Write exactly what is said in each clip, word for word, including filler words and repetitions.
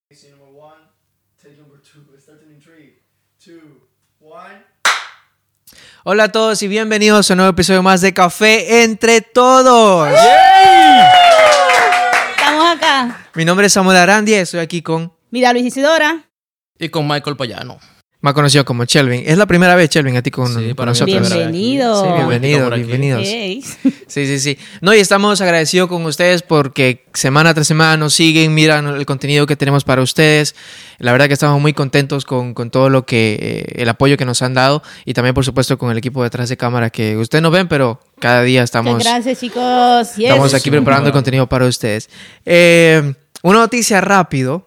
Take number one, take number two. Starting in three, two, one. Hola a todos y bienvenidos a un nuevo episodio más de Café Entre Todos. ¡Yeah! Estamos acá. Mi nombre es Samuel Arandia y estoy aquí con... Mira, Luis Isidora. Y con Michael Payano. Más conocido como Chelvin. Es la primera vez, Chelvin, a ti con, Sí, con para mí nosotros. Bienvenido. Sí, bienvenido, Por aquí. bienvenidos. Hey. Sí, sí, sí. No, y estamos agradecidos con ustedes porque semana tras semana nos siguen, miran el contenido que tenemos para ustedes. La verdad que estamos muy contentos con, con todo lo que, eh, el apoyo que nos han dado y también, por supuesto, con el equipo detrás de cámara que ustedes no ven, pero cada día estamos, Muchas gracias, chicos. Yes. estamos aquí preparando el contenido para ustedes. Eh, una noticia rápido.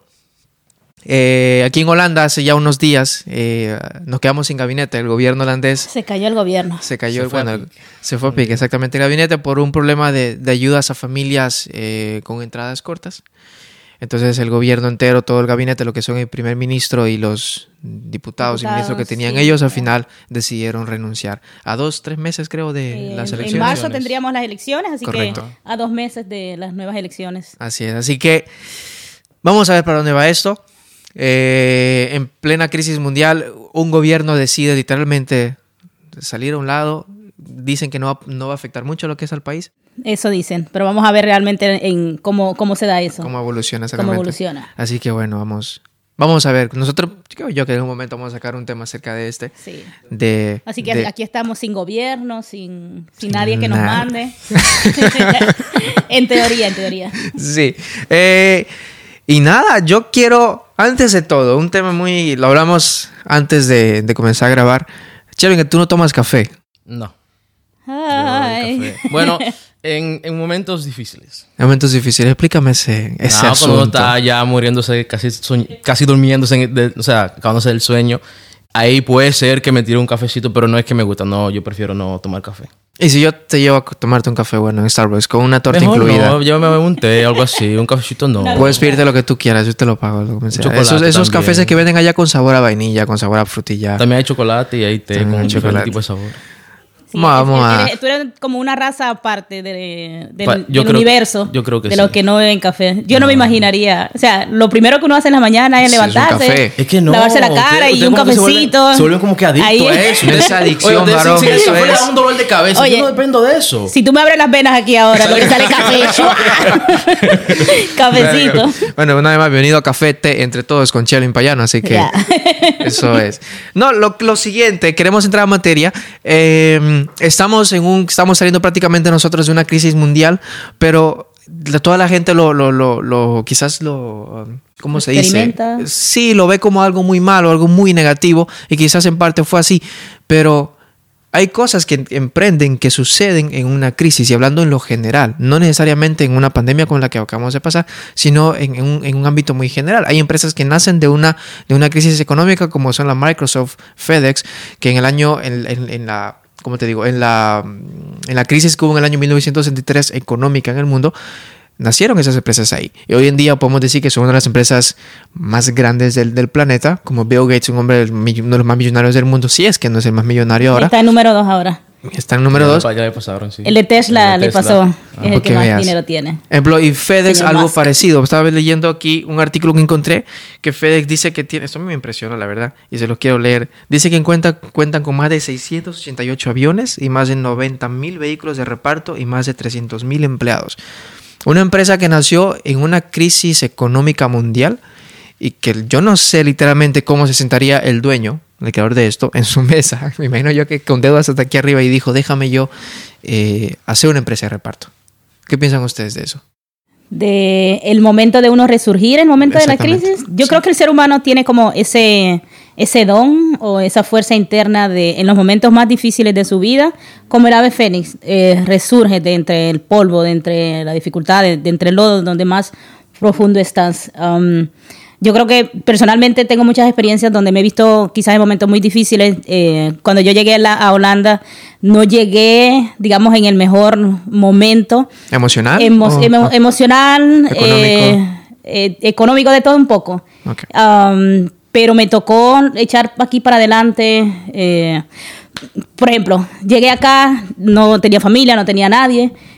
Eh, aquí en Holanda hace ya unos días eh, nos quedamos sin gabinete. El gobierno holandés Se cayó el gobierno. se cayó, Se fue bueno, a pique. se fue a pique, exactamente, el gabinete por un problema de, de ayudas a familias eh, con entradas cortas. Entonces el gobierno entero, todo el gabinete, lo que son el primer ministro y los diputados, Diputados, y ministros que tenían sí, ellos, al ya. final decidieron renunciar a dos, tres meses creo de Eh, las en elecciones. marzo tendríamos las elecciones, así Correcto. que a dos meses de las nuevas elecciones. Así es, así que vamos a ver para dónde va esto. Eh, en plena crisis mundial, un gobierno decide literalmente salir a un lado. Dicen que no va, no va a afectar mucho lo que es al país. Eso dicen, pero vamos a ver realmente en cómo, cómo se da eso. Cómo evoluciona Cómo exactamente. evoluciona. Así que bueno, vamos, vamos a ver. Nosotros, yo, yo que en un momento vamos a sacar un tema acerca de este. Sí. De, Así que de- aquí estamos sin gobierno, sin, sin Sin nadie que nos nada. mande. En teoría, en teoría. Sí. Eh, y nada, yo quiero, antes de todo, un tema muy... Lo hablamos antes de, de comenzar a grabar. Chelvin, que tú no tomas café. No. yo Ay. el café. Bueno, en, en momentos difíciles. En momentos difíciles, explícame ese, ese No, cuando uno asunto. está ya muriéndose, casi, soñ- casi durmiéndose, en- de- o sea, acabándose del sueño. Ahí puede ser que me tire un cafecito, pero no es que me gusta. No, yo prefiero no tomar café. Y si yo te llevo a tomarte un café bueno en Starbucks con una torta Mejor incluida, no, llévame un té, algo así. Un cafecito no. Una puedes pedirte lo que tú quieras, yo te lo pago. Lo que sea. Chocolate Esos, esos también. cafés que venden allá con sabor a vainilla, con sabor a frutilla. También hay chocolate y hay té También con hay diferente chocolate. tipo de sabor. Sí, Vamos es- a- eres- tú eres como una raza aparte de- del, Pa- yo del creo- universo. yo creo que de sí. lo que no beben café. Yo no. me imaginaría. O sea, lo primero que uno hace en la mañana es Sí, es un levantarse, café. Es que no. lavarse la cara usted- y usted un como que se vuelve- cafecito. Se vuelve como que adicto Ahí. a eso. Esa adicción, Oye, usted, varón, si, si eso el café le es. da un dolor de cabeza, Oye, yo no dependo de eso. Si tú me abres las venas aquí ahora, lo que sale café. ¡shua! Cafecito. Bueno, una vez más, bienvenido a Café Té Entre Todos con Chelvin Payano, así que Ya. eso es. No, lo, lo siguiente, queremos entrar en materia. Eh, estamos en un, estamos saliendo prácticamente nosotros de una crisis mundial, pero la- toda la gente lo, lo, lo, lo quizás lo, um, ¿cómo se dice? Experimenta. Sí, lo ve como algo muy malo, algo muy negativo, y quizás en parte fue así, pero hay cosas que emprenden, que suceden en una crisis, y hablando en lo general, no necesariamente en una pandemia como la que acabamos de pasar, sino en, en un, en un ámbito muy general. Hay empresas que nacen de una, de una crisis económica, como son la Microsoft, FedEx, que en el año, en, en, en la, ¿cómo te digo? En la, en la crisis que hubo en el año mil novecientos sesenta y tres económica en el mundo, nacieron esas empresas ahí. Y hoy en día podemos decir que son una de las empresas más grandes del, del planeta, como Bill Gates, un hombre, uno de los más millonarios del mundo, si es que no es el más millonario ahora. Está en número dos ahora. Está en número Ya dos. le pa- Ya le pasaron, sí. El de Tesla El de le Tesla. pasó. Ah, es el porque que más veas. dinero tiene. Ejemplo, y FedEx, Señor algo Musk. parecido. Estaba leyendo aquí un artículo que encontré que FedEx dice que tiene, esto me impresiona la verdad, y se los quiero leer. Dice que cuenta, cuentan con más de seiscientos ochenta y ocho aviones y más de noventa mil vehículos de reparto y más de trescientos mil empleados. Una empresa que nació en una crisis económica mundial y que yo no sé literalmente cómo se sentaría el dueño, el creador de esto, en su mesa. Me imagino yo que con dedos hasta aquí arriba y dijo, déjame yo eh, hacer una empresa de reparto. ¿Qué piensan ustedes de eso? De el momento de uno resurgir, el momento de la Exactamente. crisis. Yo Sí. creo que el ser humano tiene como ese, ese don o esa fuerza interna de en los momentos más difíciles de su vida, como el ave fénix, eh, resurge de entre el polvo, de entre la dificultad, de, de entre el lodo, donde más profundo estás. Um, yo creo que personalmente tengo muchas experiencias donde me he visto quizás en momentos muy difíciles. Eh, cuando yo llegué a, la, a Holanda, no llegué, digamos, en el mejor momento. ¿Emocional? Emo- o- emo- ah, emocional, Económico. eh, eh, económico, de todo un poco. Ok. Um, pero me tocó echar aquí para adelante. Eh, por ejemplo, llegué acá, no tenía familia, no tenía nadie.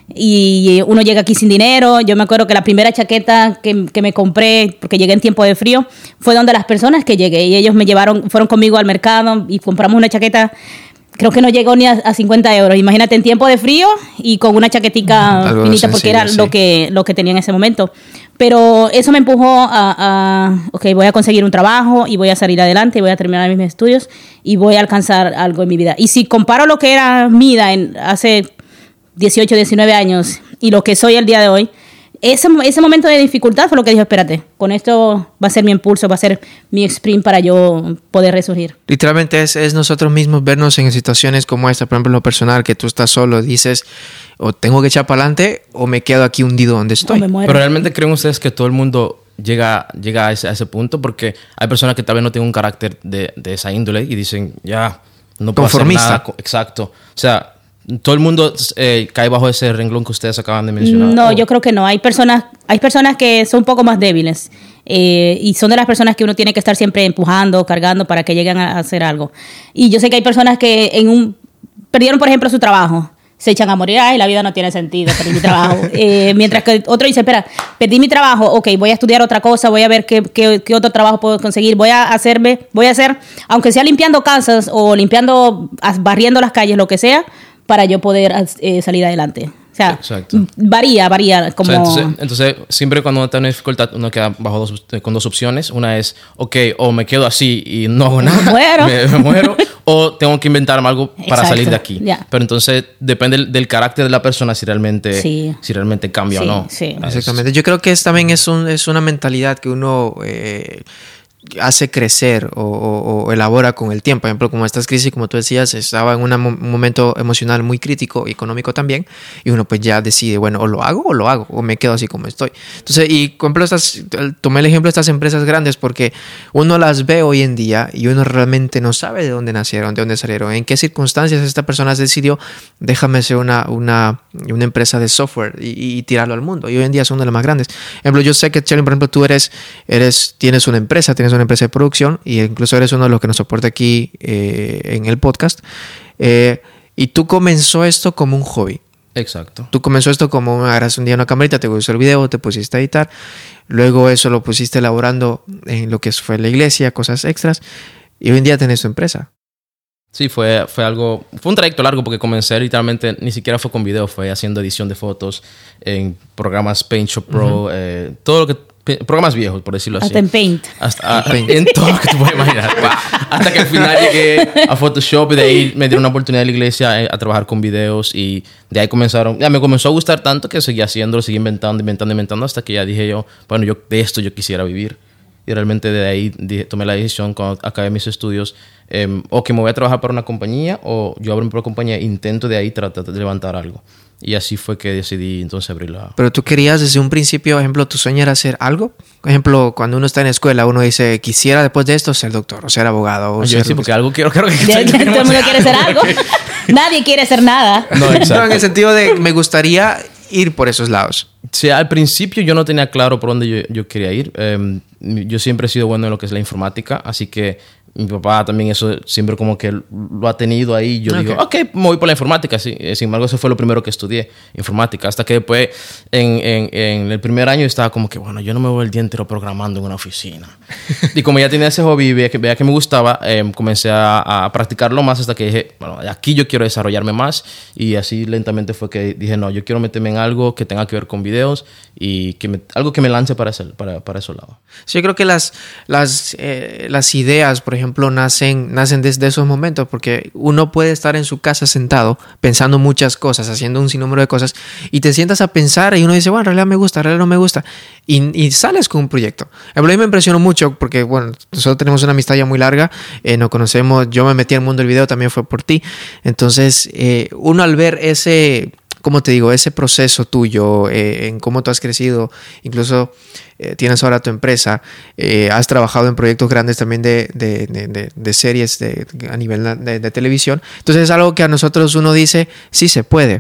y uno llega aquí sin dinero. Yo me acuerdo que la primera chaqueta que, que me compré, porque llegué en tiempo de frío, fue donde las personas que llegué y ellos me llevaron, fueron conmigo al mercado y compramos una chaqueta. Creo que no llegó ni a, a cincuenta euros. Imagínate, en tiempo de frío y con una chaquetica Algo finita, porque sencillo, era sí. lo que, lo que tenía en ese momento. Pero eso me empujó a, a, ok, voy a conseguir un trabajo y voy a salir adelante, voy a terminar mis estudios y voy a alcanzar algo en mi vida. Y si comparo lo que era mi vida en, hace dieciocho, diecinueve años y lo que soy el día de hoy, ese, ese momento de dificultad fue lo que dije, espérate, con esto va a ser mi impulso, va a ser mi sprint para yo poder resurgir. Literalmente es, es nosotros mismos vernos en situaciones como esta, por ejemplo, en lo personal, que tú estás solo, dices, o tengo que echar para adelante o me quedo aquí hundido donde estoy. O me muero. Pero realmente creen ustedes que todo el mundo llega, llega a, ese, a ese punto, porque hay personas que tal vez no tienen un carácter de, de esa índole y dicen, ya, no puedo Conformista. hacer nada. Exacto. O sea, todo el mundo eh, cae bajo ese renglón que ustedes acaban de mencionar. No, Oh. yo creo que no. Hay personas, hay personas que son un poco más débiles eh, y son de las personas que uno tiene que estar siempre empujando, cargando para que lleguen a hacer algo. Y yo sé que hay personas que en un perdieron, por ejemplo, su trabajo. Se echan a morir, ay, la vida no tiene sentido, perdí mi trabajo. Eh, mientras que otro dice, espera, perdí mi trabajo, ok, voy a estudiar otra cosa, voy a ver qué, qué, qué otro trabajo puedo conseguir, voy a hacerme, voy a hacer, aunque sea limpiando casas o limpiando, barriendo las calles, lo que sea, para yo poder eh, salir adelante. O sea, Exacto. varía, varía. Como... O sea, entonces, entonces, siempre cuando uno está en una dificultad, uno queda bajo dos, con dos opciones. Una es, ok, o me quedo así y no hago nada, Me muero. me, me muero, o tengo que inventarme algo para Exacto. salir de aquí. Ya. Pero entonces depende del, del carácter de la persona si realmente, Sí. si realmente cambia Sí, o no. sí. Es- Exactamente. Yo creo que es, también es, un, es una mentalidad que uno eh, hace crecer o, o- o elabora con el tiempo. Por ejemplo, como estas crisis, como tú decías, estaba en una mo- un momento emocional muy crítico, económico también, y uno pues ya decide, bueno, o lo hago o lo hago, o me quedo así como estoy. Entonces, y por ejemplo, estas, tomé el ejemplo de estas empresas grandes porque uno las ve hoy en día y uno realmente no sabe de dónde nacieron, de dónde salieron, en qué circunstancias esta persona decidió, déjame ser una, una, una empresa de software y, y tirarlo al mundo. Y hoy en día son de las más grandes. Por ejemplo, yo sé que, Chelin, por ejemplo, tú eres, eres, tienes una empresa, tienes una empresa de producción y incluso eres uno de los que nos soporta aquí eh, en el podcast. Eh, y tú comenzó esto como un hobby. Exacto. Tú comenzó esto como agarras un día una camarita, te gustó el video, te pusiste a editar. Luego eso lo pusiste elaborando en lo que fue la iglesia, cosas extras. Y hoy en día tenés tu empresa. Sí, fue, fue algo, fue un trayecto largo porque comencé literalmente, ni siquiera fue con video, fue haciendo edición de fotos en programas PaintShop Pro, uh-huh. eh, todo lo que, programas viejos, por decirlo así. Hasta en Paint. Hasta, a, en todo lo que tú puedes imaginar. Hasta que al final llegué a Photoshop y de ahí me dieron una oportunidad en la iglesia a, a trabajar con videos y de ahí comenzaron, ya me comenzó a gustar tanto que seguí haciéndolo, seguí inventando, inventando, inventando hasta que ya dije yo, bueno, yo de esto yo quisiera vivir. Y realmente de ahí dije, tomé la decisión cuando acabé mis estudios, eh, o que me voy a trabajar para una compañía o yo abro mi propia compañía, intento de ahí tratar de levantar algo. Y así fue que decidí entonces abrirla. Pero tú querías desde un principio, por ejemplo, tu sueño era hacer algo. Por ejemplo, cuando uno está en la escuela, uno dice, quisiera después de esto ser doctor o ser abogado. O yo ser sí, porque algo quiero, creo que... Todo el mundo quiere ser algo. Nadie quiere ser nada. No, exacto. No, en el sentido de me gustaría ir por esos lados. Sí, al principio yo no tenía claro por dónde yo, yo quería ir. Um, yo siempre he sido bueno en lo que es la informática, así que mi papá también eso siempre como que lo ha tenido ahí. Yo okay. digo, ok, me voy por la informática. Sí. Sin embargo, eso fue lo primero que estudié, informática. Hasta que después, en, en, en el primer año, estaba como que, bueno, yo no me voy el día entero programando en una oficina. Y como ya tenía ese hobby y veía que, veía que me gustaba, eh, comencé a, a practicarlo más hasta que dije, bueno, aquí yo quiero desarrollarme más. Y así lentamente fue que dije, no, yo quiero meterme en algo que tenga que ver con videos y que me, algo que me lance para ese, para, para ese lado. Sí, yo creo que las, las, eh, las ideas, por ejemplo, nacen, nacen desde esos momentos, porque uno puede estar en su casa sentado pensando muchas cosas, haciendo un sinnúmero de cosas, y te sientas a pensar y uno dice, bueno, en realidad me gusta, en realidad no me gusta, y, y sales con un proyecto. A mí me impresionó mucho porque, bueno, nosotros tenemos una amistad ya muy larga, eh, nos conocemos, yo me metí al mundo del video, también fue por ti, entonces eh, uno al ver ese... ¿Cómo te digo? Ese proceso tuyo, eh, en cómo tú has crecido, incluso eh, tienes ahora tu empresa, eh, has trabajado en proyectos grandes también de, de, de, de, de series de, a nivel de, de televisión. Entonces es algo que a nosotros uno dice, sí se puede.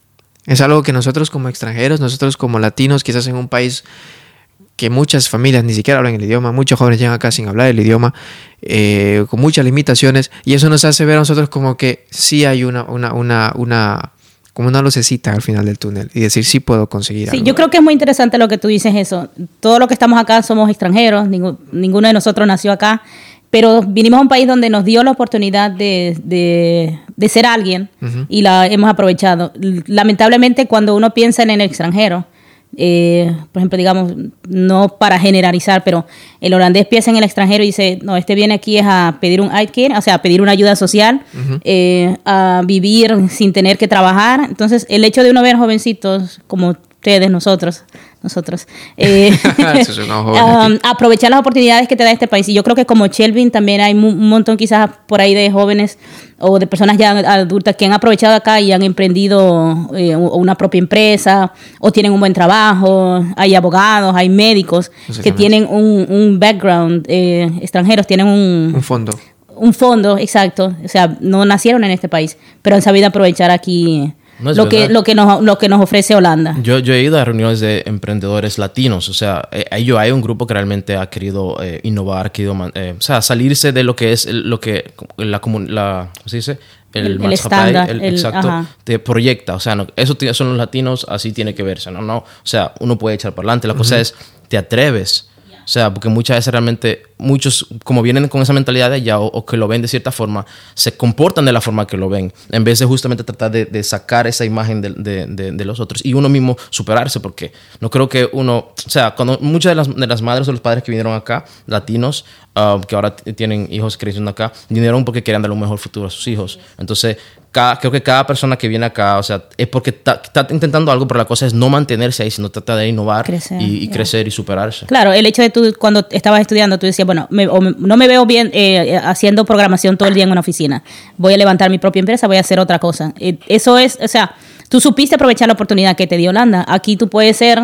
Es algo que nosotros como extranjeros, nosotros como latinos, quizás en un país que muchas familias ni siquiera hablan el idioma, muchos jóvenes llegan acá sin hablar el idioma, eh, con muchas limitaciones, y eso nos hace ver a nosotros como que sí hay una... una, una, una como una lucecita al final del túnel y decir sí puedo conseguir Sí, algo. yo creo que es muy interesante lo que tú dices eso. Todos los que estamos acá somos extranjeros, ningún, ninguno de nosotros nació acá, pero vinimos a un país donde nos dio la oportunidad de, de, de ser alguien uh-huh. y la hemos aprovechado. Lamentablemente, cuando uno piensa en el extranjero, eh, por ejemplo, digamos, no para generalizar, pero el holandés piensa en el extranjero y dice, no, este viene aquí es a pedir un uitkering, o sea, a pedir una ayuda social, uh-huh. eh, a vivir sin tener que trabajar. Entonces, el hecho de uno ver jovencitos como ustedes, nosotros, nosotros, eh, um, aprovechar las oportunidades que te da este país. Y yo creo que como Shelvin también hay un montón quizás por ahí de jóvenes o de personas ya adultas que han aprovechado acá y han emprendido eh, una propia empresa o tienen un buen trabajo. Hay abogados, hay médicos que tienen un, un background, eh, extranjeros tienen un... Un fondo. Un fondo, exacto. O sea, no nacieron en este país, pero han sabido aprovechar aquí... No lo, que, lo, que nos, lo que nos ofrece Holanda. Yo, yo he ido a reuniones de emprendedores latinos. O sea, eh, ellos, hay un grupo que realmente ha querido eh, innovar, querido, eh, o sea, salirse de lo que es el, lo que la, la ¿cómo se dice? El, el, el estándar. El, el, exacto. Ajá. Te proyecta. O sea, no, eso son los latinos, así tiene que verse. No, no. O sea, uno puede echar para adelante. La uh-huh. cosa es, te atreves. O sea, porque muchas veces realmente, muchos, como vienen con esa mentalidad de allá o, o que lo ven de cierta forma, se comportan de la forma que lo ven, en vez de justamente tratar de, de sacar esa imagen de, de, de, de los otros y uno mismo superarse, porque no creo que uno, o sea, cuando muchas de las, de las madres o los padres que vinieron acá, latinos, uh, que ahora t- tienen hijos creciendo acá, vinieron porque querían darle un mejor futuro a sus hijos. Entonces, cada, creo que cada persona que viene acá, o sea, es porque está intentando algo, pero la cosa es no mantenerse ahí, sino tratar de innovar crecer, y, y yeah. crecer y superarse. Claro, el hecho de tú, cuando estabas estudiando, tú decías, bueno, me, o me, no me veo bien eh, haciendo programación todo el día en una oficina. Voy a levantar mi propia empresa, voy a hacer otra cosa. Eh, eso es, o sea, tú supiste aprovechar la oportunidad que te dio Holanda. Aquí tú puedes ser,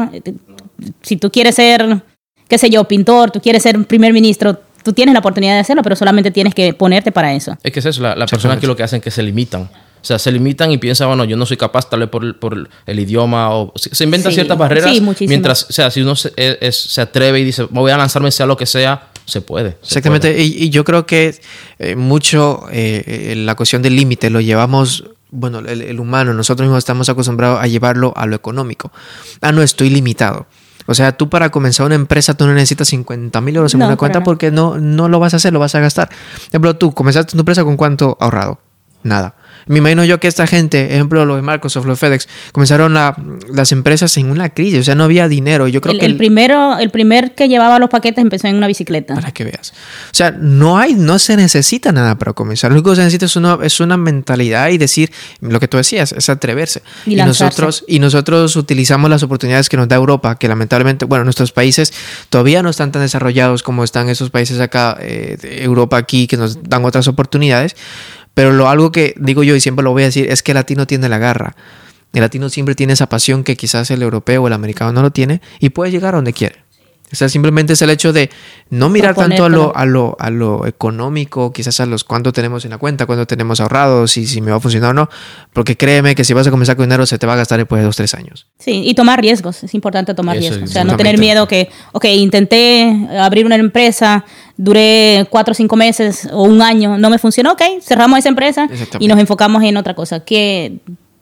si tú quieres ser, qué sé yo, pintor, tú quieres ser primer ministro, tú tienes la oportunidad de hacerlo, pero solamente tienes que ponerte para eso. Es que es eso, la, la persona que lo que hacen es que se limitan. O sea, se limitan y piensan, bueno, yo no soy capaz tal vez por, por el idioma o se, se inventan sí, ciertas barreras. Sí, muchísimo. Mientras, o sea, si uno se, es, se atreve y dice, voy a lanzarme sea lo que sea, se puede. Se Exactamente. puede. Y, y yo creo que eh, mucho eh, la cuestión del límite lo llevamos, bueno, el, el humano, nosotros mismos estamos acostumbrados a llevarlo a lo económico. Ah, no, estoy limitado. O sea, tú para comenzar una empresa tú no necesitas cincuenta mil euros en no, una cuenta no. porque no, no lo vas a hacer, lo vas a gastar. Por ejemplo, tú comenzaste tu empresa con ¿cuánto ahorrado? Nada. Me imagino yo que esta gente, ejemplo, los de Microsoft, los de FedEx, comenzaron la, las empresas en una crisis, o sea, no había dinero. Yo creo el, que el, el primero, el primer que llevaba los paquetes empezó en una bicicleta. Para que veas. O sea, no hay, no se necesita nada para comenzar. Lo único que se necesita es una, es una mentalidad y decir lo que tú decías, es atreverse. Y, y nosotros, y nosotros utilizamos las oportunidades que nos da Europa, que lamentablemente, bueno, nuestros países todavía no están tan desarrollados como están esos países acá, eh, de Europa aquí, que nos dan otras oportunidades. Pero lo, algo que digo yo y siempre lo voy a decir es que el latino tiene la garra. El latino siempre tiene esa pasión que quizás el europeo o el americano no lo tiene y puede llegar a donde quiere. O sea, simplemente es el hecho de no mirar tanto a lo, a lo, a lo económico, quizás a los cuánto tenemos en la cuenta, cuánto tenemos ahorrados y si me va a funcionar o no. Porque créeme que si vas a comenzar con dinero se te va a gastar después de dos, tres años. Sí, y tomar riesgos. Es importante tomar Eso riesgos. Es o sea, no tener miedo que, ok, intenté abrir una empresa, duré cuatro o cinco meses o un año, no me funcionó, ok, cerramos esa empresa y nos enfocamos en otra cosa. Que,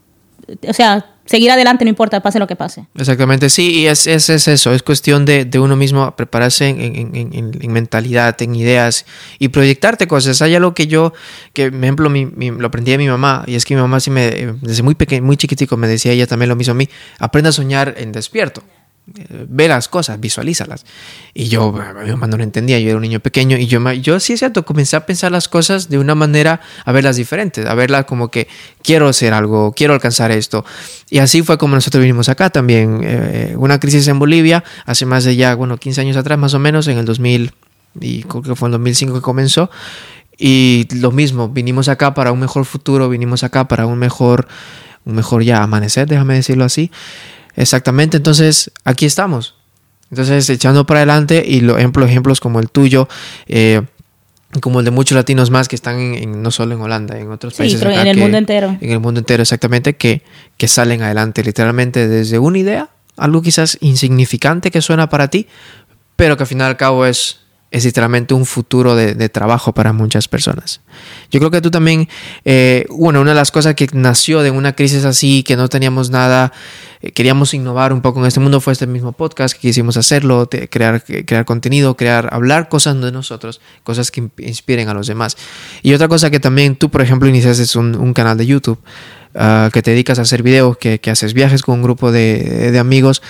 o sea, seguir adelante no importa, pase lo que pase. Exactamente, sí, y es, es, es eso, es cuestión de, de uno mismo prepararse en, en, en, en mentalidad, en ideas y proyectarte cosas. Hay algo que yo, que por ejemplo mi, mi, lo aprendí de mi mamá, y es que mi mamá sí me, desde muy pequeño, muy chiquitico me decía ella también lo mismo a mí, aprende a soñar en despierto. Ve las cosas, visualízalas. Y yo, mi mamá no lo entendía, yo era un niño pequeño y yo, yo sí es cierto, comencé a pensar las cosas de una manera, a verlas diferentes, a verlas como que quiero hacer algo, quiero alcanzar esto. Y así fue como nosotros vinimos acá también. Eh, una crisis en Bolivia, hace más de ya, bueno, quince años atrás más o menos, en el dos mil, y creo que fue en el dos mil cinco que comenzó. Y lo mismo, vinimos acá para un mejor futuro, vinimos acá para un mejor, un mejor ya amanecer, déjame decirlo así. Exactamente, entonces aquí estamos. Entonces echando para adelante y lo, ejemplo, ejemplos como el tuyo, eh, como el de muchos latinos más que están en, en, no solo en Holanda, en otros países. Sí, pero acá en el que, mundo entero. En el mundo entero, exactamente, que, que salen adelante literalmente desde una idea, algo quizás insignificante que suena para ti, pero que al final y al cabo es es literalmente un futuro de, de trabajo para muchas personas. Yo creo que tú también, eh, bueno, una de las cosas que nació de una crisis así, que no teníamos nada, eh, queríamos innovar un poco en este mundo, fue este mismo podcast que quisimos hacerlo, de crear, crear contenido, crear, hablar cosas de nosotros, cosas que inspiren a los demás. Y otra cosa que también tú, por ejemplo, iniciaste un, un canal de YouTube, uh, que te dedicas a hacer videos, que, que haces viajes con un grupo de, de amigos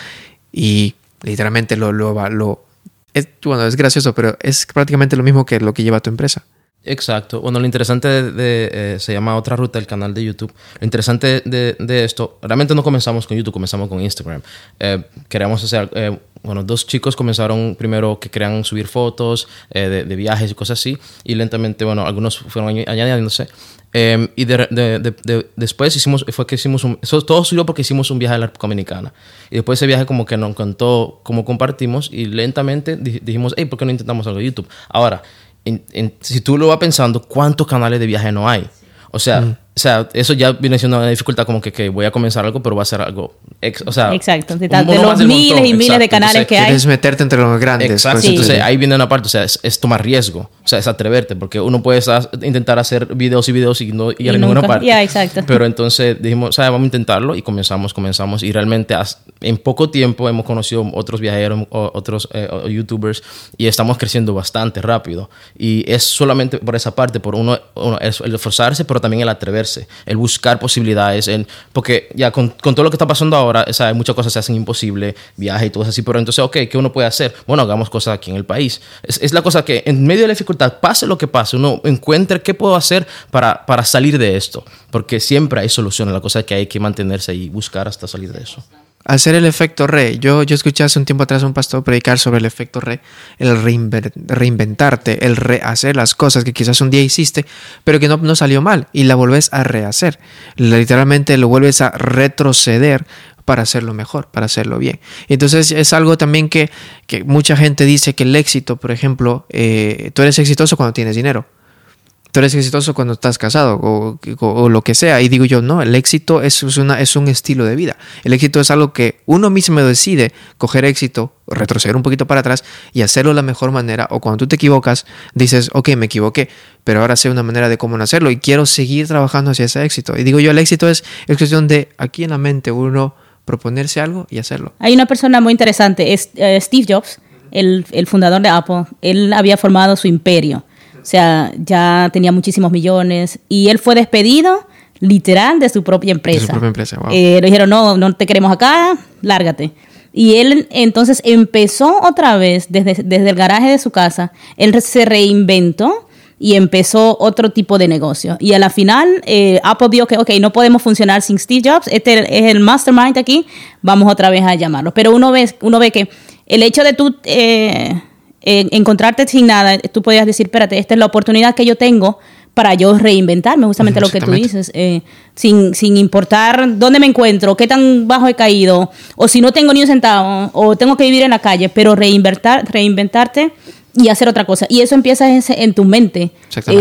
y literalmente lo... lo, lo Es, bueno, es gracioso, pero es prácticamente lo mismo que lo que lleva tu empresa. Exacto. Bueno, lo interesante de, de eh, se llama Otra Ruta, el canal de YouTube. Lo interesante de, de esto, realmente no comenzamos con YouTube, comenzamos con Instagram. Eh, queríamos hacer, eh, bueno, dos chicos comenzaron primero que querían subir fotos eh, de, de viajes y cosas así, y lentamente, bueno, algunos fueron añadiéndose. Eh, y de, de, de, de, después hicimos, fue que hicimos un, eso todo surgió porque hicimos un viaje a la República Dominicana. Y después ese viaje como que nos encantó cómo compartimos y lentamente dijimos, hey, ¿por qué no intentamos algo de YouTube? Ahora, en, en, si tú lo vas pensando, ¿cuántos canales de viaje no hay? O sea, mm. o sea, eso ya viene siendo una dificultad como que, que voy a comenzar algo, pero va a ser algo... Ex, o sea, exacto. De, de los miles montón. y miles exacto. de canales entonces, que hay. Quieres meterte entre los grandes. Exacto. Sí. Entonces ahí viene una parte, o sea, es, es tomar riesgo. O sea, es atreverte, porque uno puede estar, intentar hacer videos y videos y no ir a ninguna parte. Yeah, exacto. Pero entonces dijimos, o sea, vamos a intentarlo y comenzamos, comenzamos. Y realmente en poco tiempo hemos conocido otros viajeros, otros eh, youtubers y estamos creciendo bastante rápido. Y es solamente por esa parte, por uno, uno el esforzarse, pero también el atreverse, el buscar posibilidades. El, porque ya con, con todo lo que está pasando ahora, o sea, muchas cosas se hacen imposible, viaje y todo así. Pero entonces, ok, ¿qué uno puede hacer? Bueno, hagamos cosas aquí en el país. Es, es la cosa que en medio de la dificultad, pase lo que pase, uno encuentre qué puedo hacer para, para salir de esto. Porque siempre hay soluciones. La cosa es que hay que mantenerse y buscar hasta salir de eso. Hacer el efecto re. Yo, yo escuché hace un tiempo atrás a un pastor predicar sobre el efecto re. El reinver, reinventarte, el rehacer las cosas que quizás un día hiciste, pero que no, no salió mal y la volvés a rehacer. Literalmente lo vuelves a retroceder para hacerlo mejor, para hacerlo bien. Entonces es algo también que, que mucha gente dice que el éxito, por ejemplo, eh, tú eres exitoso cuando tienes dinero. Tú eres exitoso cuando estás casado o, o, o lo que sea. Y digo yo, no, el éxito es, una, es un estilo de vida. El éxito es algo que uno mismo decide coger éxito, retroceder un poquito para atrás y hacerlo de la mejor manera. O cuando tú te equivocas, dices, ok, me equivoqué, pero ahora sé una manera de cómo hacerlo y quiero seguir trabajando hacia ese éxito. Y digo yo, el éxito es, es cuestión de aquí en la mente uno proponerse algo y hacerlo. Hay una persona muy interesante, es, uh, Steve Jobs, el, el fundador de Apple. Él había formado su imperio. O sea, ya tenía muchísimos millones y él fue despedido literal de su propia empresa. De su propia empresa, wow. Eh, le dijeron, no, no te queremos acá, lárgate. Y él entonces empezó otra vez desde, desde el garaje de su casa. Él se reinventó y empezó otro tipo de negocio. Y a la final, eh, Apple vio que, ok, no podemos funcionar sin Steve Jobs. Este es el mastermind aquí. Vamos otra vez a llamarlo. Pero uno ve, uno ve que el hecho de tú... Eh, Eh, encontrarte sin nada, tú podías decir, espérate, esta es la oportunidad que yo tengo para yo reinventarme, justamente lo que tú dices, eh, sin, sin importar dónde me encuentro, qué tan bajo he caído, o si no tengo ni un centavo, o tengo que vivir en la calle, pero reinventar, reinventarte y hacer otra cosa. Y eso empieza en tu mente.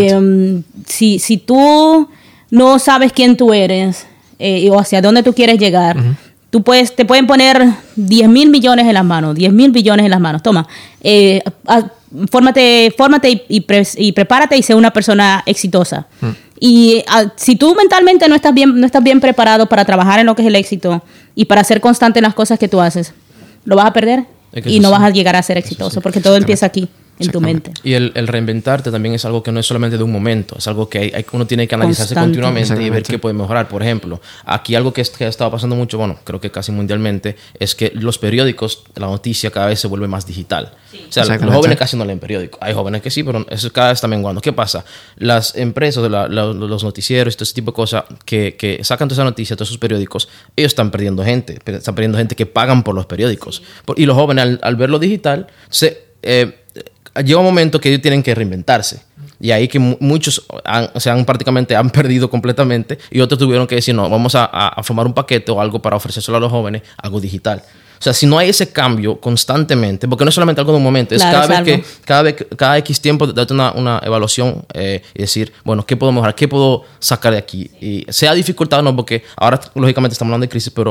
Eh, si, si tú no sabes quién tú eres eh, o hacia dónde tú quieres llegar, uh-huh. Tú puedes, te pueden poner diez mil millones en las manos, diez mil billones en las manos. Toma, eh, a, fórmate, fórmate y, y, pre, y prepárate y sé una persona exitosa. Mm. Y a, si tú mentalmente no estás bien, no estás bien preparado para trabajar en lo que es el éxito y para ser constante en las cosas que tú haces, lo vas a perder y no vas a llegar a ser exitoso, sí, porque todo empieza aquí. En tu mente. Y el, el reinventarte también es algo que no es solamente de un momento, es algo que hay, hay, uno tiene que analizarse Constante. continuamente y ver qué puede mejorar. Por ejemplo, aquí algo que, es, que ha estado pasando mucho, bueno, creo que casi mundialmente, es que los periódicos, la noticia cada vez se vuelve más digital. Sí. O sea, los jóvenes casi no leen periódico. Hay jóvenes que sí, pero eso cada vez está menguando. ¿Qué pasa? Las empresas, la, la, los noticieros, todo ese tipo de cosas que, que sacan toda esa noticia, todos esos periódicos, ellos están perdiendo gente, están perdiendo gente que pagan por los periódicos. Sí. Y los jóvenes, al, al verlo digital, se... Eh, llega un momento que ellos tienen que reinventarse. Y ahí que muchos han, o sea, han prácticamente han perdido completamente y otros tuvieron que decir, no, vamos a, a formar un paquete o algo para ofrecérselo a los jóvenes, algo digital. O sea, si no hay ese cambio constantemente, porque no es solamente algo de un momento, es claro, cada es vez algo. que, cada vez, cada X tiempo, darte una, una evaluación eh, y decir, bueno, ¿qué puedo mejorar? ¿Qué puedo sacar de aquí? Y sea dificultad o no, porque ahora lógicamente estamos hablando de crisis, pero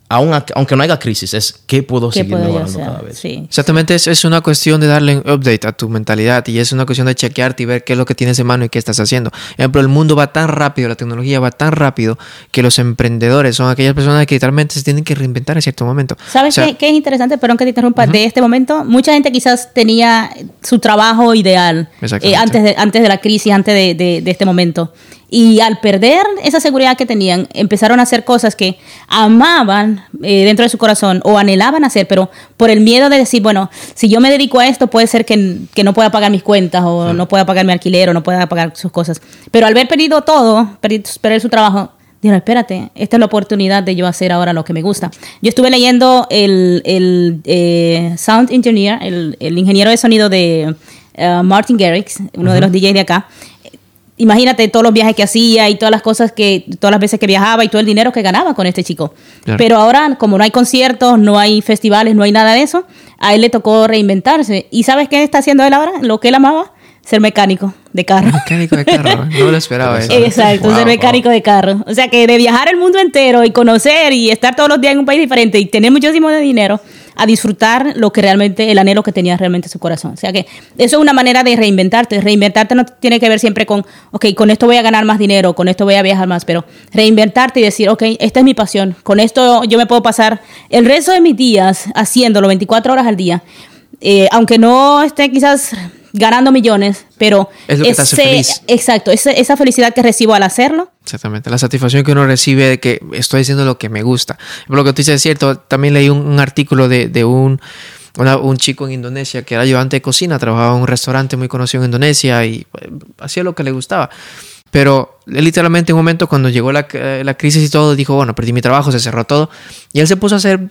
aun, aunque no haya crisis, es qué puedo ¿Qué seguir puedo yo mejorando hacer? cada vez. Sí. Exactamente, es, es una cuestión de darle un update a tu mentalidad y es una cuestión de chequearte y ver qué es lo que tienes en mano y qué estás haciendo. Por ejemplo, el mundo va tan rápido, la tecnología va tan rápido que los emprendedores son aquellas personas que literalmente se tienen que reinventar en cierto momento. ¿Sabes O sea, qué, qué es interesante? Perdón que te interrumpa. Ujú. De este momento, mucha gente quizás tenía su trabajo ideal eh, Exactamente. antes, de, antes de la crisis, antes de, de- de este momento. Y al perder esa seguridad que tenían, empezaron a hacer cosas que amaban eh, dentro de su corazón o anhelaban hacer, pero por el miedo de decir, bueno, si yo me dedico a esto, puede ser que, que no pueda pagar mis cuentas o no pueda pagar mi alquiler o no pueda pagar sus cosas. Pero al haber perdido todo, perder, perder su trabajo, dijeron, espérate, esta es la oportunidad de yo hacer ahora lo que me gusta. Yo estuve leyendo el, el eh, Sound Engineer, el, el ingeniero de sonido de uh, Martin Garrix, uno de los D Js de acá. Imagínate todos los viajes que hacía y todas las cosas que, todas las veces que viajaba y todo el dinero que ganaba con este chico. Claro. Pero ahora, como no hay conciertos, no hay festivales, no hay nada de eso, a él le tocó reinventarse. ¿Y sabes qué está haciendo él ahora? Lo que él amaba, ser mecánico de carro. mecánico de carro, no lo esperaba eso. Exacto, Wow, ser wow. mecánico de carro. O sea que de viajar el mundo entero y conocer y estar todos los días en un país diferente y tener muchísimo de dinero a disfrutar lo que realmente, el anhelo que tenía realmente en su corazón. O sea que eso es una manera de reinventarte. Reinventarte no tiene que ver siempre con, ok, con esto voy a ganar más dinero, con esto voy a viajar más, pero reinventarte y decir, ok, esta es mi pasión, con esto yo me puedo pasar el resto de mis días haciéndolo veinticuatro horas al día, eh, aunque no esté quizás ganando millones, pero Es lo que te hace feliz. Exacto, esa, esa felicidad que recibo al hacerlo. Exactamente, la satisfacción que uno recibe de que estoy haciendo lo que me gusta. Por lo que tú dices es cierto, también leí un, un artículo de, de un, una- un chico en Indonesia que era ayudante de cocina, trabajaba en un restaurante muy conocido en Indonesia y eh, hacía lo que le gustaba. Pero él literalmente en un momento cuando llegó la, eh, la crisis y todo, dijo, bueno, perdí mi trabajo, se cerró todo. Y él se puso a hacer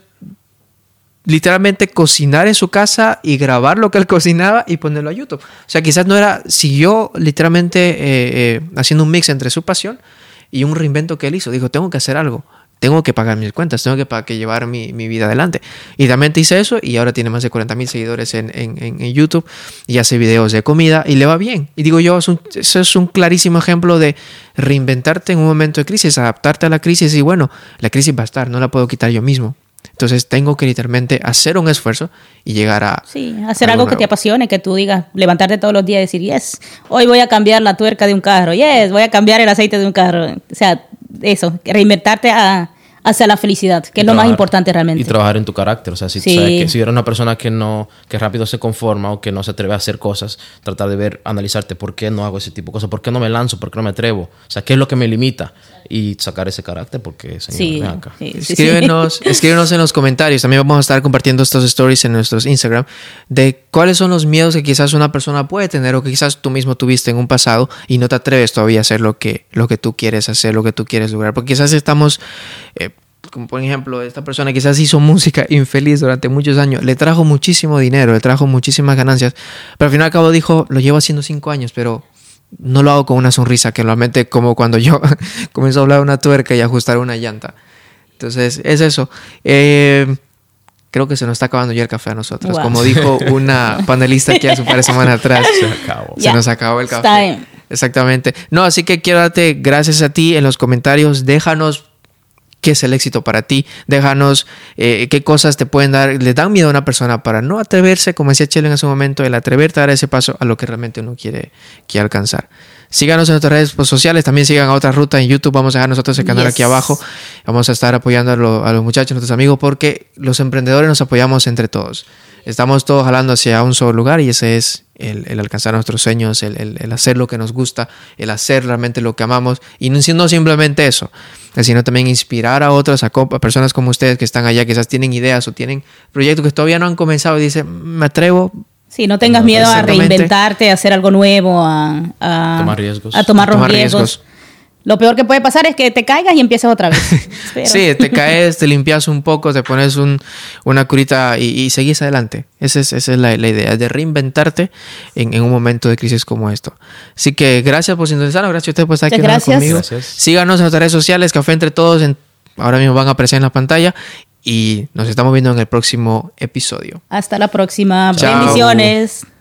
literalmente cocinar en su casa y grabar lo que él cocinaba y ponerlo a YouTube. O sea, quizás no era, siguió literalmente eh, eh, haciendo un mix entre su pasión y un reinvento que él hizo. Dijo, tengo que hacer algo, tengo que pagar mis cuentas, tengo que, pa- que llevar mi, mi vida adelante. Y realmente hice eso y ahora tiene más de cuarenta mil seguidores en, en, en- en YouTube y hace videos de comida y le va bien. Y digo yo, es un- eso es un clarísimo ejemplo de reinventarte en un momento de crisis, adaptarte a la crisis y bueno, la crisis va a estar, no la puedo quitar yo mismo. Entonces tengo que literalmente hacer un esfuerzo y llegar a... Sí, hacer algo algo que te nuevo. apasione, que tú digas, levantarte todos los días y decir, yes, hoy voy a cambiar la tuerca de un carro, yes, voy a cambiar el aceite de un carro. O sea, eso, reinventarte a, hacia la felicidad, que Y es lo más trabajar- importante realmente. Y trabajar en tu carácter. O sea, si, Sí. sabes que si eres una persona que no que rápido se conforma o que no se atreve a hacer cosas, tratar de ver, analizarte por qué no hago ese tipo de cosas, por qué no me lanzo, por qué no me atrevo. O sea, qué es lo que me limita y sacar ese carácter porque, señor, Sí, ven acá. sí, sí, sí. Escríbenos, escríbenos en los comentarios. También vamos a estar compartiendo estos stories en nuestros Instagram de cuáles son los miedos que quizás una persona puede tener o que quizás tú mismo tuviste en un pasado y no te atreves todavía a hacer lo que, lo que tú quieres hacer, lo que tú quieres lograr. Porque quizás estamos, eh, como por ejemplo, esta persona quizás hizo música infeliz durante muchos años, le trajo muchísimo dinero, le trajo muchísimas ganancias, pero al fin y al cabo dijo, lo llevo haciendo cinco años, pero no lo hago con una sonrisa, que normalmente como cuando yo comienzo a hablar una tuerca y ajustar una llanta. Entonces, es eso. Eh, creo que se nos está acabando ya el café a nosotros. Wow. Como dijo una panelista aquí hace un par de semanas atrás, Se acabó. se Ya. nos acabó el Está café. bien. Exactamente. No, así que quiero darte gracias a ti en los comentarios. Déjanos qué es el éxito para ti. Déjanos eh, qué cosas te pueden dar, le dan miedo a una persona para no atreverse, como decía Chelo en ese momento, el atreverte a dar ese paso a lo que realmente uno quiere, quiere alcanzar. Síganos en nuestras redes pues, sociales, también sigan a Otra Ruta en YouTube, vamos a dejar nosotros el canal Yes. aquí abajo, vamos a estar apoyando a, lo- a los muchachos, nuestros amigos, porque los emprendedores nos apoyamos entre todos. Estamos todos jalando hacia un solo lugar y ese es el, el alcanzar nuestros sueños, el, el- el hacer lo que nos gusta, el hacer realmente lo que amamos y no, no simplemente eso, sino también inspirar a otros, a, co- a personas como ustedes que están allá, quizás tienen ideas o tienen proyectos que todavía no han comenzado y dicen, me atrevo. Sí, no tengas miedo a Exactamente. reinventarte, a hacer algo nuevo, a, a Tomar riesgos. A tomar, A tomar los riesgos. riesgos. Lo peor que puede pasar es que te caigas y empieces otra vez. Pero- Sí, te caes, te limpias un poco, te pones un, una curita y, y seguís adelante. Esa es, esa es la, la idea, de reinventarte en, en un momento de crisis como esto. Así que gracias por sintonizarnos, gracias a ustedes por estar aquí Muchas una vez gracias. conmigo. Gracias. Síganos en nuestras redes sociales, Café Entre Todos, en- ahora mismo van a aparecer en la pantalla y nos estamos viendo en el próximo episodio. Hasta la próxima. Chao. Bendiciones.